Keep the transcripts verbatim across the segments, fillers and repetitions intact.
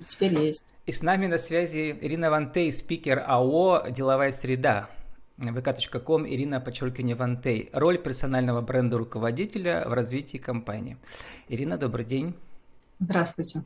Теперь есть. И с нами на связи Ирина Вантей, спикер АО «Деловая среда». вэ ка точка ком, Ирина, подчеркивание, Вантей. Роль персонального бренда руководителя в развитии компании. Ирина, добрый день. Здравствуйте.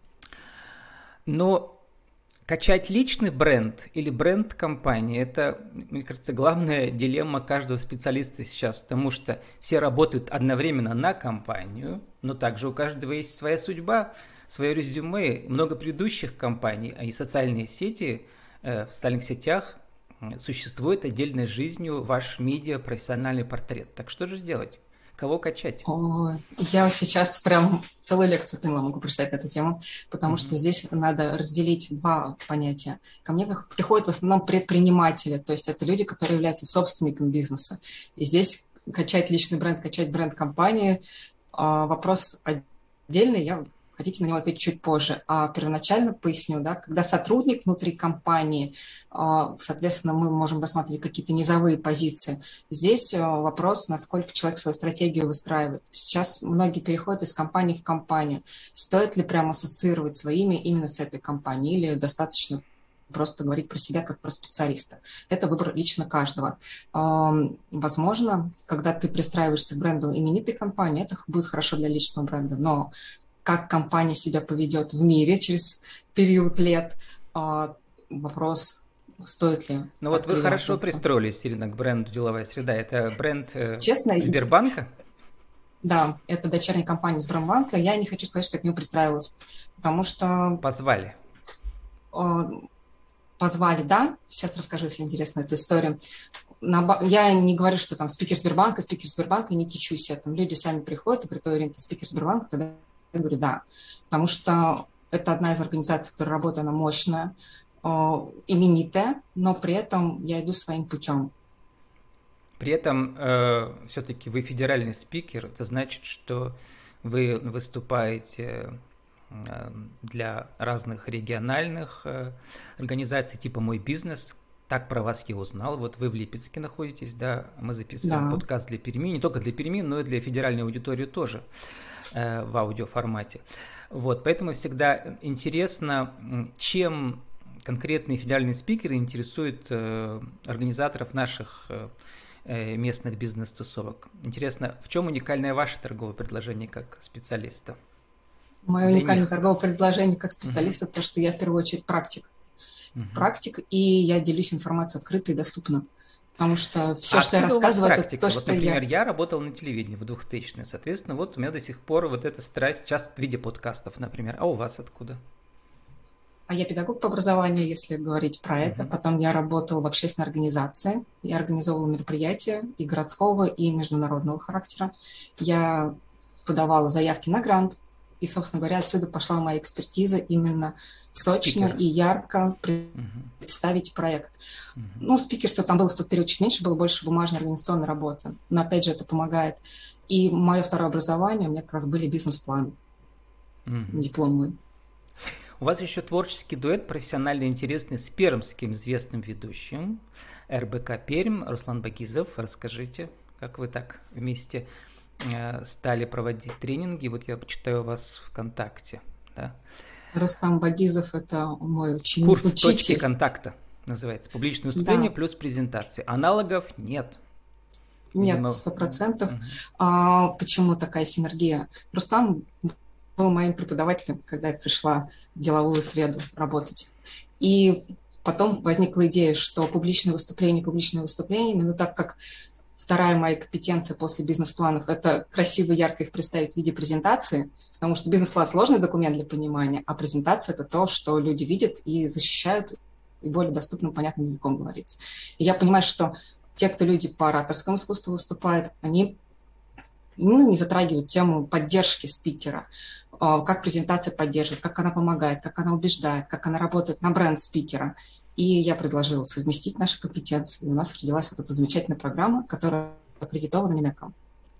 Но качать личный бренд или бренд компании – это, мне кажется, главная дилемма каждого специалиста сейчас, потому что все работают одновременно на компанию, но также у каждого есть своя судьба, свое резюме. Много предыдущих компаний, а и социальные сети, э, в социальных сетях э, существует отдельной жизнью ваш медиа, профессиональный портрет. Так что же сделать? Кого качать? О, я сейчас прям целую лекцию поняла, могу прочитать на эту тему, потому что Мгм. здесь надо разделить два понятия. Ко мне приходят в основном предприниматели, то есть это люди, которые являются собственником бизнеса. И здесь качать личный бренд, качать бренд компании, а, вопрос отдельный, я хотите на него ответить чуть позже. А первоначально поясню, да, когда сотрудник внутри компании, а, соответственно, мы можем рассматривать какие-то низовые позиции. Здесь а, вопрос, насколько человек свою стратегию выстраивает. Сейчас многие переходят из компании в компанию. Стоит ли прямо ассоциировать свое имя именно с этой компанией или достаточно просто говорить про себя как про специалиста. Это выбор лично каждого. Возможно, когда ты пристраиваешься к бренду именитой компании, это будет хорошо для личного бренда, но как компания себя поведет в мире через период лет, вопрос, стоит ли Ну вот так вы хорошо привязываться. пристроились, Ирина, к бренду «Деловая среда». Это бренд э, Честно, Сбербанка? да, это дочерняя компания Сбербанка. Я не хочу сказать, что я к нему пристраивалась, потому что Позвали. э, позвали, да, сейчас расскажу, если интересна эта история. Я не говорю, что там спикер Сбербанка, спикер Сбербанка, не кичусь. Там люди сами приходят и говорят, Ирина, ты спикер Сбербанка? Тогда я говорю, да. Потому что это одна из организаций, которая работает, она мощная, именитая, но при этом я иду своим путем. При этом э, все-таки вы федеральный спикер. Это значит, что вы выступаете э, для разных региональных э, организаций типа «Мой бизнес». Так про вас я узнал. Вот вы в Липецке находитесь, да, мы записываем Да. подкаст для Перми, не только для Перми, но и для федеральной аудитории тоже э, в аудиоформате. Вот, поэтому всегда интересно, чем конкретные федеральные спикеры интересуют э, организаторов наших э, местных бизнес-тусовок. Интересно, в чем уникальное ваше торговое предложение как специалиста? Мое Для уникальное них. торговое предложение как Угу. специалиста, то, что я в первую очередь практик. Угу. Практик, и я делюсь информацией открыто и доступно. Потому что все, А что я откуда у вас рассказываю, это то, практика? Вот, что я... например, я работал на телевидении в двухтысячные, соответственно, вот у меня до сих пор вот эта страсть, сейчас в виде подкастов, например. А у вас откуда? А я педагог по образованию, если говорить про это. Угу. Потом я работала в общественной организации. Я организовывала мероприятия и городского, и международного характера. Я подавала заявки на грант. И, собственно говоря, отсюда пошла моя экспертиза именно сочно Спикер. и ярко Угу. представить проект. Угу. Ну, спикерство там было в тот период чуть меньше, было больше бумажной организационной работы. Но, опять же, это помогает. И мое второе образование, у меня как раз были бизнес-планы, Угу. диплом мой. У вас еще творческий дуэт, профессионально интересный, с пермским известным ведущим эр бэ ка Пермь, Руслан Багизов. Расскажите, как вы так вместе э, стали проводить тренинги? Вот я почитаю вас ВКонтакте. Да? Рустам Багизов – это мой ученик, Курс «Точки учитель. контакта» называется. Публичное выступление Да, плюс презентации. Аналогов нет. нет, Видимо, сто процентов. мгм. А почему такая синергия? Рустам был моим преподавателем, когда я пришла в деловую среду работать. И потом возникла идея, что публичное выступление, публичное выступление, именно так как вторая моя компетенция после бизнес-планов – это красиво, ярко их представить в виде презентации, потому что бизнес-план – сложный документ для понимания, а презентация – это то, что люди видят и защищают, и более доступным, понятным языком говорится. И я понимаю, что те, кто люди по ораторскому искусству выступают, они ну, не затрагивают тему поддержки спикера, как презентация поддерживает, как она помогает, как она убеждает, как она работает на бренд спикера. И я предложила совместить наши компетенции. И у нас родилась вот эта замечательная программа, которая аккредитована Минэком.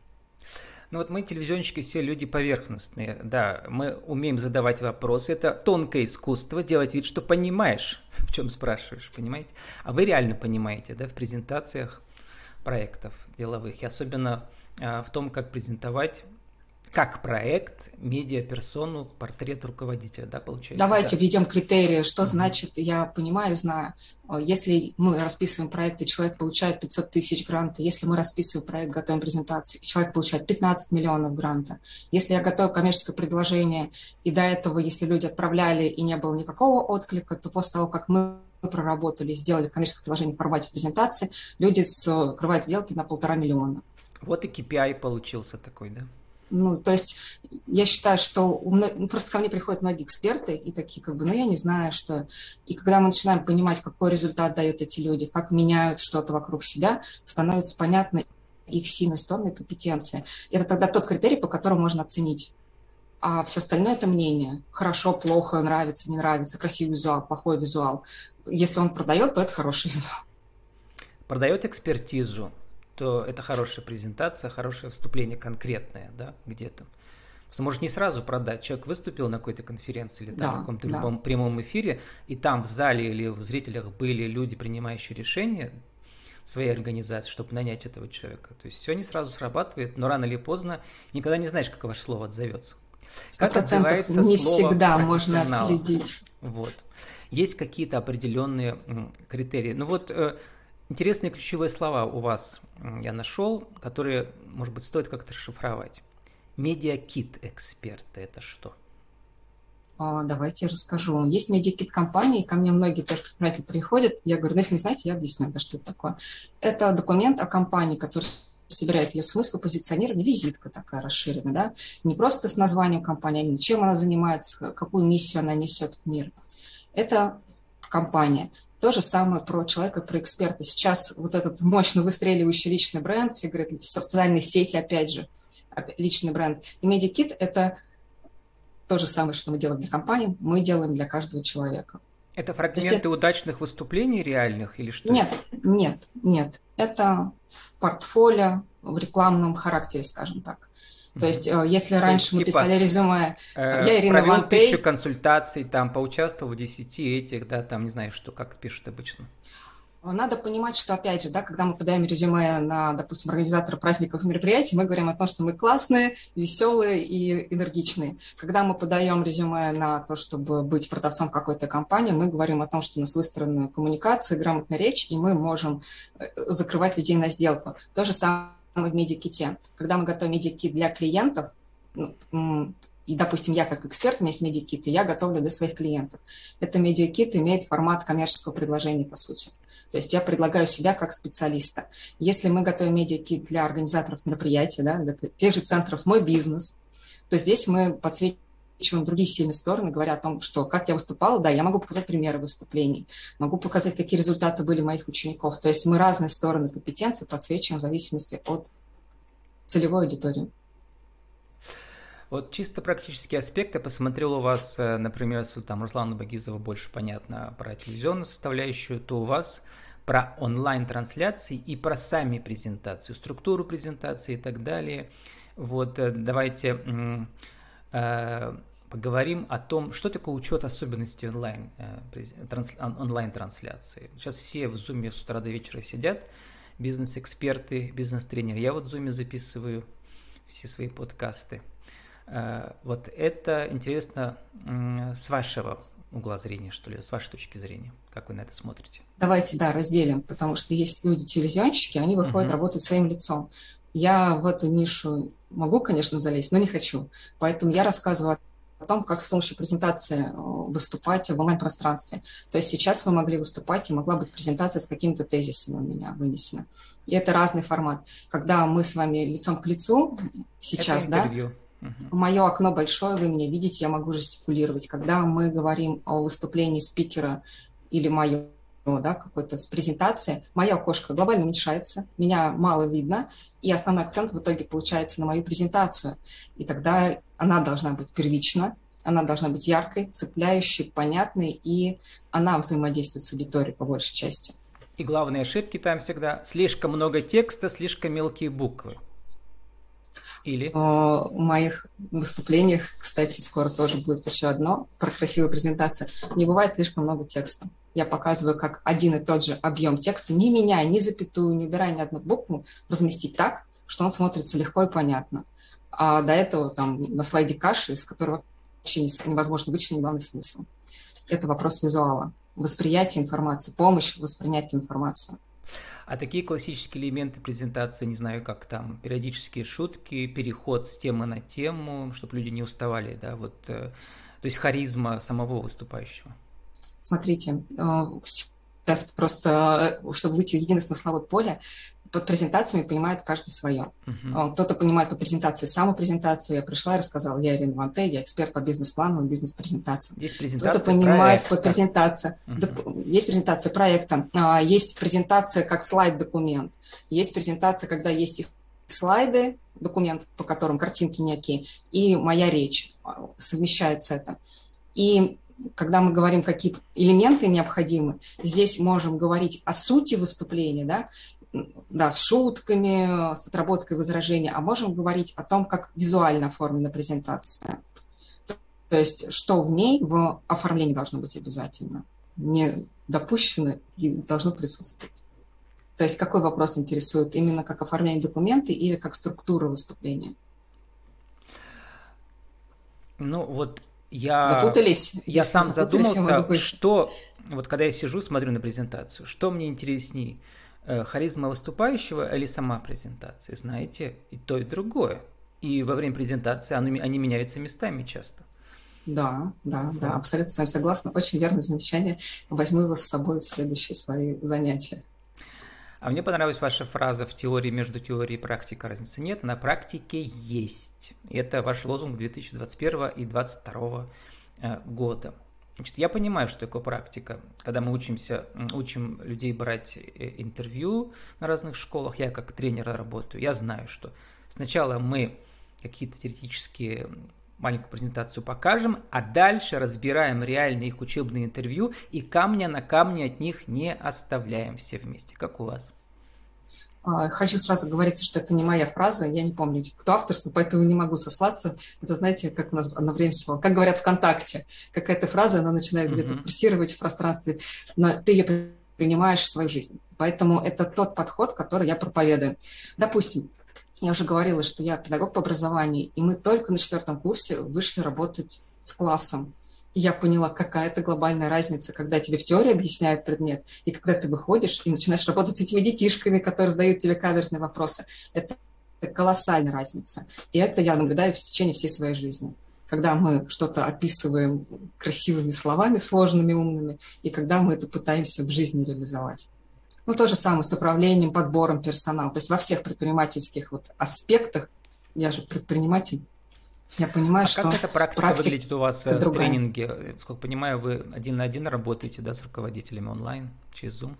Ну вот мы, телевизионщики, все люди поверхностные. Да, мы умеем задавать вопросы. Это тонкое искусство, делать вид, что понимаешь, в чем спрашиваешь, понимаете? А вы реально понимаете, да, в презентациях проектов деловых. И особенно а, в том, как презентовать Как проект, медиаперсону, портрет руководителя, да, получается? Давайте Да. введем критерии, что Мгм. значит, я понимаю, знаю. Если мы расписываем проект, и человек получает пятьсот тысяч гранта, если мы расписываем проект, готовим презентацию, и человек получает пятнадцать миллионов гранта, если я готовлю коммерческое предложение, и до этого, если люди отправляли, и не было никакого отклика, то после того, как мы проработали, сделали коммерческое предложение в формате презентации, люди закрывают сделки на полтора миллиона. Вот и кей пи ай получился такой, да? Ну, то есть я считаю, что у мно... ну, просто ко мне приходят многие эксперты и такие, как бы, ну, я не знаю, что... И когда мы начинаем понимать, какой результат дают эти люди, как меняют что-то вокруг себя, становится понятно их сильные стороны и компетенции. Это тогда тот критерий, по которому можно оценить. А все остальное – это мнение. Хорошо, плохо, нравится, не нравится, красивый визуал, плохой визуал. Если он продает, то это хороший визуал. Продает экспертизу, то это хорошая презентация, хорошее вступление конкретное, да, где-то. Потому что может не сразу продать. Человек выступил на какой-то конференции или там Да, на каком-то да. любом прямом эфире, и там в зале или в зрителях были люди, принимающие решения в своей организации, чтобы нанять этого человека. То есть все не сразу срабатывает, но рано или поздно никогда не знаешь, как ваше слово отзовется. Сто Как процентов отзывается не слово всегда можно профессионала? отследить. Вот. Есть какие-то определенные м, критерии. Ну вот э, интересные ключевые слова у вас м, я нашел, которые, может быть, стоит как-то расшифровать. Медиакит эксперты – это что? А, Давайте я расскажу. Есть медиакит компании, ко мне многие тоже предприниматели приходят. Я говорю, ну, если не знаете, я объясню, да, что это такое. Это документ о компании, который собирает ее смысл позиционирования, визитка такая расширенная, да, не просто с названием компании, а именно чем она занимается, какую миссию она несет в мир. Это компания. То же самое про человека, про эксперта. Сейчас вот этот мощно выстреливающий личный бренд, все говорят, социальные сети, опять же, личный бренд. И медиакит – это то же самое, что мы делаем для компании, мы делаем для каждого человека. Это То есть фрагменты это... удачных выступлений реальных или что Нет, это? нет, нет. Это портфолио в рекламном характере, скажем так. То есть, если То раньше есть, мы типа, писали резюме, э, я Ирина провел тысячу Вантей, консультаций, там поучаствовал в десяти этих, да, там не знаю, что, как пишут обычно. надо понимать, что, опять же, да, когда мы подаем резюме на, допустим, организатора праздников и мероприятий, мы говорим о том, что мы классные, веселые и энергичные. Когда мы подаем резюме на то, чтобы быть продавцом какой-то компании, мы говорим о том, что у нас выстроена коммуникация, грамотная речь, и мы можем закрывать людей на сделку. То же самое в медиаките. Когда мы готовим медиакит для клиентов, и, допустим, я как эксперт, у меня есть медиакит, и я готовлю для своих клиентов. Это медиакит имеет формат коммерческого предложения, по сути. То есть я предлагаю себя как специалиста. Если мы готовим медиакит для организаторов мероприятий, да, для тех же центров «Мой бизнес», то здесь мы подсвечиваем другие сильные стороны, говоря о том, что как я выступала, да, я могу показать примеры выступлений, могу показать, какие результаты были моих учеников. То есть мы разные стороны компетенции подсвечиваем в зависимости от целевой аудитории. Вот чисто практический аспект, я посмотрел у вас, например, если там Руслана Багизова больше понятно про телевизионную составляющую, то у вас про онлайн-трансляции и про сами презентации, структуру презентации и так далее. Вот давайте э, поговорим о том, что такое учет особенностей онлайн, э, транс, онлайн-трансляции. Сейчас все в Zoom с утра до вечера сидят, бизнес-эксперты, бизнес-тренеры. Я вот в Zoom записываю все свои подкасты. Вот это интересно с вашего угла зрения, что ли, с вашей точки зрения. Как вы на это смотрите? Давайте, да, разделим, потому что есть люди-телевизионщики, они выходят, uh-huh. работают своим лицом. Я в эту нишу могу, конечно, залезть, но не хочу. Поэтому я рассказываю о том, как с помощью презентации выступать в онлайн-пространстве. То есть сейчас вы могли выступать, и могла быть презентация с какими-то тезисами у меня вынесена. И это разный формат. Когда мы с вами лицом к лицу сейчас, это да, Uh-huh. мое окно большое, вы меня видите, я могу жестикулировать. Когда мы говорим о выступлении спикера или мое, да, какой-то с презентацией, мое окошко глобально уменьшается, меня мало видно, и основной акцент в итоге получается на мою презентацию. И тогда она должна быть первична, она должна быть яркой, цепляющей, понятной, и она взаимодействует с аудиторией по большей части. И главные ошибки там всегда слишком много текста, слишком мелкие буквы. Или? В моих выступлениях, кстати, скоро тоже будет еще одно про красивую презентацию. Не бывает слишком много текста. Я показываю, как один и тот же объем текста, не меняя ни запятую, не убирая ни одну букву, разместить так, что он смотрится легко и понятно. а до этого там на слайде каши, из которого вообще невозможно вычленить главный смысл. Это вопрос визуала, восприятия информации, помощь воспринять информацию. А такие классические элементы презентации, не знаю, как там, периодические шутки, переход с темы на тему, чтобы люди не уставали, да, вот, э, то есть харизма самого выступающего. Смотрите, э, сейчас просто, э, чтобы выйти в единое смысловое поле, под презентациями понимает каждый свое. Uh-huh. Кто-то понимает по презентации самопрезентацию. Я пришла и рассказала, я Ирина Ванте, я эксперт по бизнес-плану и бизнес-презентации. Есть презентация Кто-то понимает проекта. под презентацией. Uh-huh. Есть презентация проекта, есть презентация как слайд-документ, есть презентация, когда есть слайды, документ, по которым картинки некие, и моя речь. Совмещается это. И когда мы говорим, какие элементы необходимы, здесь можем говорить о сути выступления, да, да, с шутками, с отработкой возражения, а можем говорить о том, как визуально оформлена презентация. То есть, что в ней в оформлении должно быть обязательно, не допущено и должно присутствовать. То есть, какой вопрос интересует, именно как оформление документа или как структура выступления? Ну, вот я, запутались? Я Если сам запутались, задумался, что, вот когда я сижу, смотрю на презентацию, что мне интересней, харизма выступающего или сама презентация? Знаете, и то, и другое. И во время презентации они, они меняются местами часто. Да, да, да, абсолютно с вами согласна. Очень верное замечание. Возьму его с собой в следующие свои занятия. А мне понравилась ваша фраза: в теории между теорией и практикой разницы нет, а на практике есть. И это ваш лозунг две тысячи двадцать первого и две тысячи двадцать второго года. Значит, я понимаю, что такое практика. Когда мы учимся, учим людей брать интервью на разных школах, я как тренер работаю, я знаю, что сначала мы какие-то теоретические маленькую презентацию покажем, а дальше разбираем реальные их учебные интервью и камня на камне от них не оставляем все вместе. Как у вас? Хочу сразу говорить, что это не моя фраза, я не помню, кто авторство, поэтому не могу сослаться. Это, знаете, как у нас одновременно, как говорят ВКонтакте, какая-то фраза, она начинает uh-huh. где-то курсировать в пространстве, но ты ее принимаешь в свою жизнь. Поэтому это тот подход, который я проповедую. Допустим, я уже говорила, что я педагог по образованию, и мы только на четвертом курсе вышли работать с классом. И я поняла, какая это глобальная разница, когда тебе в теории объясняют предмет, и когда ты выходишь и начинаешь работать с этими детишками, которые задают тебе каверзные вопросы. Это колоссальная разница. И это я наблюдаю в течение всей своей жизни. Когда мы что-то описываем красивыми словами, сложными, умными, и когда мы это пытаемся в жизни реализовать. Ну, то же самое с управлением, подбором персонала. То есть во всех предпринимательских вот аспектах, я же предприниматель, я понимаю, а что как эта практика выглядит у вас в тренинге? Сколько понимаю, вы один на один работаете, да, с руководителями онлайн, через Zoom?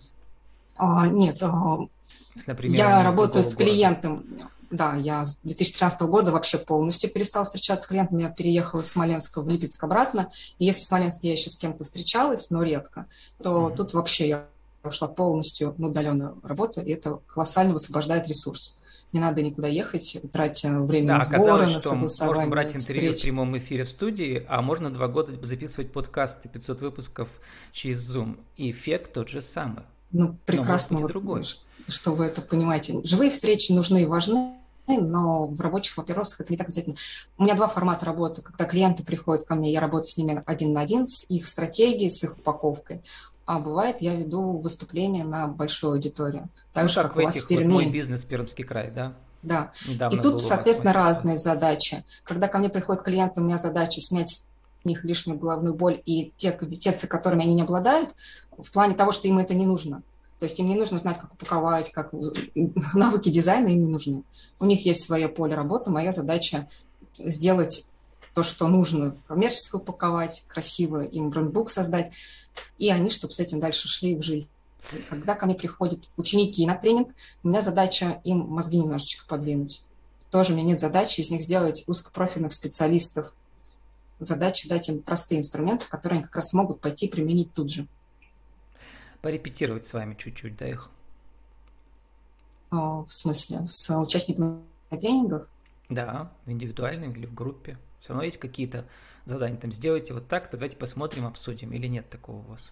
А, нет, а, например, я работаю с клиентом. Города. Да, я с две тысячи тринадцатого года вообще полностью перестала встречаться с клиентами. Я переехала из Смоленска в Липецк обратно. И если в Смоленске я еще с кем-то встречалась, но редко, то mm-hmm. тут вообще я ушла полностью на удаленную работу, и это колоссально высвобождает ресурс. Не надо никуда ехать, тратить время да, на сборы, на что согласование. Можно брать интервью встреч. в прямом эфире в студии, а можно два года записывать подкасты, пятьсот выпусков через Zoom. И эффект тот же самый. Ну, прекрасно, вот, другой. Что вы это понимаете. Живые встречи нужны и важны, но в рабочих вопросах это не так обязательно. У меня два формата работы. Когда клиенты приходят ко мне, я работаю с ними один на один, с их стратегией, с их упаковкой. А бывает, я веду выступления на большую аудиторию. Так ну, же, как, как в у вас этих в Перми. Вот мой бизнес Пермский край, да? Да. Недавно и тут, соответственно, разные задачи. Когда ко мне приходят клиенты, у меня задача снять с них лишнюю головную боль и те компетенции, которыми они не обладают, в плане того, что им это не нужно. То есть им не нужно знать, как упаковать, как навыки дизайна им не нужны. У них есть свое поле работы. Моя задача сделать то, что нужно, коммерчески упаковать, красиво им брендбук создать, и они, чтобы с этим дальше шли в жизнь. Когда ко мне приходят ученики на тренинг, у меня задача им мозги немножечко подвинуть. Тоже у меня нет задачи из них сделать узкопрофильных специалистов. Задача дать им простые инструменты, которые они как раз могут пойти применить тут же. Порепетировать с вами чуть-чуть, да, их? В смысле? С участниками тренингов? Да, индивидуально или в группе. Все равно есть какие-то задания. Там сделайте вот так, давайте посмотрим, обсудим. Или нет такого у вас?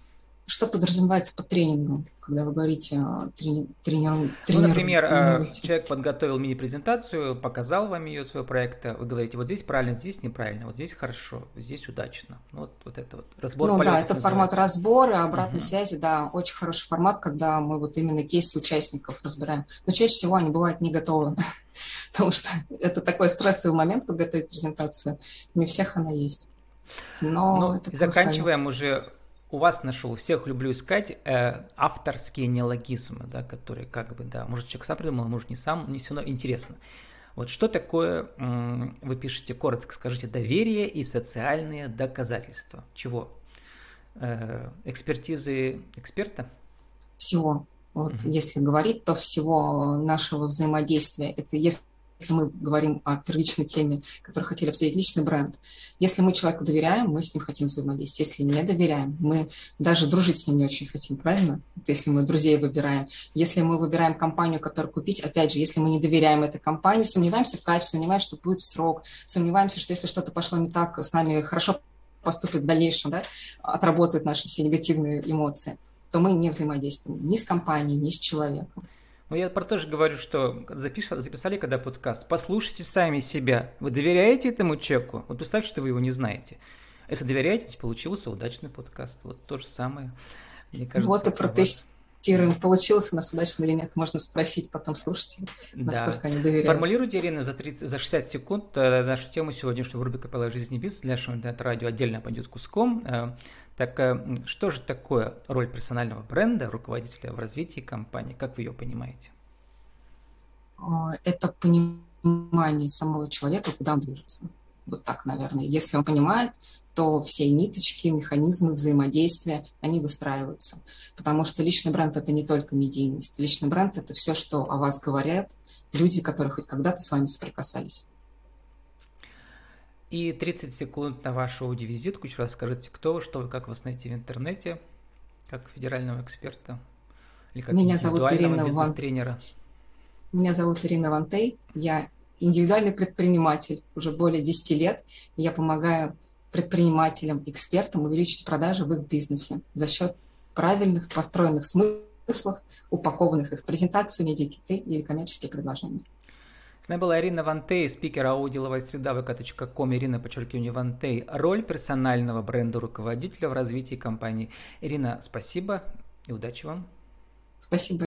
Что подразумевается под тренингом, когда вы говорите о трени- трениру- Ну, например, э, тренируете? человек подготовил мини-презентацию, показал вам ее, своего проекта, вы говорите, вот здесь правильно, здесь неправильно, вот здесь хорошо, здесь удачно. Ну, Вот, вот это вот разбор Ну да, полетов это формат называется. разбора, обратной Мгм. связи, да, очень хороший формат, когда мы вот именно кейсы участников разбираем. Но чаще всего они бывают не готовы, потому что это такой стрессовый момент подготовить презентацию. Не у всех она есть, но Ну, это и колоссально. заканчиваем уже. У вас нашел, у всех люблю искать э, авторские неологизмы, да, которые как бы, да, может человек сам придумал, а может не сам, мне все равно интересно. Вот что такое, м, вы пишете коротко, скажите, доверие и социальные доказательства. Чего? Э, экспертизы эксперта? Всего. Вот Мгм. если говорить, то всего нашего взаимодействия. Это если если мы говорим о первичной теме, которую хотели обсудить, личный бренд. Если мы человеку доверяем, мы с ним хотим взаимодействовать. Если не доверяем, мы даже дружить с ним не очень хотим, правильно? Это если мы друзей выбираем. Если мы выбираем компанию, которую купить, опять же, если мы не доверяем этой компании, сомневаемся в качестве, сомневаемся, что будет в срок, сомневаемся, что если что-то пошло не так, с нами хорошо поступит в дальнейшем, да, отработают наши все негативные эмоции, то мы не взаимодействуем ни с компанией, ни с человеком. Ну, я про то же говорю, что запиш- записали когда подкаст, послушайте сами себя. Вы доверяете этому человеку? Вот представьте, что вы его не знаете. Если доверяете, то получился удачный подкаст. Вот то же самое, мне Вот кажется, и про вас. протестируем, получилось у нас удачно или нет. Можно спросить потом слушателей, Да. насколько они доверяют. Сформулируйте, Ирина, за, тридцать, за шестьдесят секунд э, нашу тему сегодняшнего рубрика «Правила жизни бизнеса» для нашего интернет-радио отдельно пойдет куском. Э, Так э, что же такое роль персонального бренда, руководителя в развитии компании? Как вы ее понимаете? А, Это понимание самого человека, куда он движется. Вот так, наверное. Если он понимает, то все ниточки, механизмы взаимодействия, они выстраиваются. Потому что личный бренд – это не только медийность. Личный бренд – это все, что о вас говорят люди, которые хоть когда-то с вами соприкасались. И тридцать секунд на вашу аудиовизитку. Еще раз скажите, кто вы, что вы, как вас найти в интернете, как федерального эксперта или как Меня зовут индивидуального Ирина Ван бизнес-тренера. Меня зовут Ирина Вантей, я индивидуальный предприниматель уже более десяти лет, и я помогаю предпринимателям, экспертам увеличить продажи в их бизнесе за счет правильных построенных смыслов, упакованных их в презентацию, медиакиты или коммерческие предложения. С нами была Ирина Вантей, спикер АО «Деловая среда» вэ ка точка ком. Ирина, подчеркивание, Вантей. Роль персонального бренда руководителя в развитии компании. Ирина, спасибо и удачи вам. Спасибо.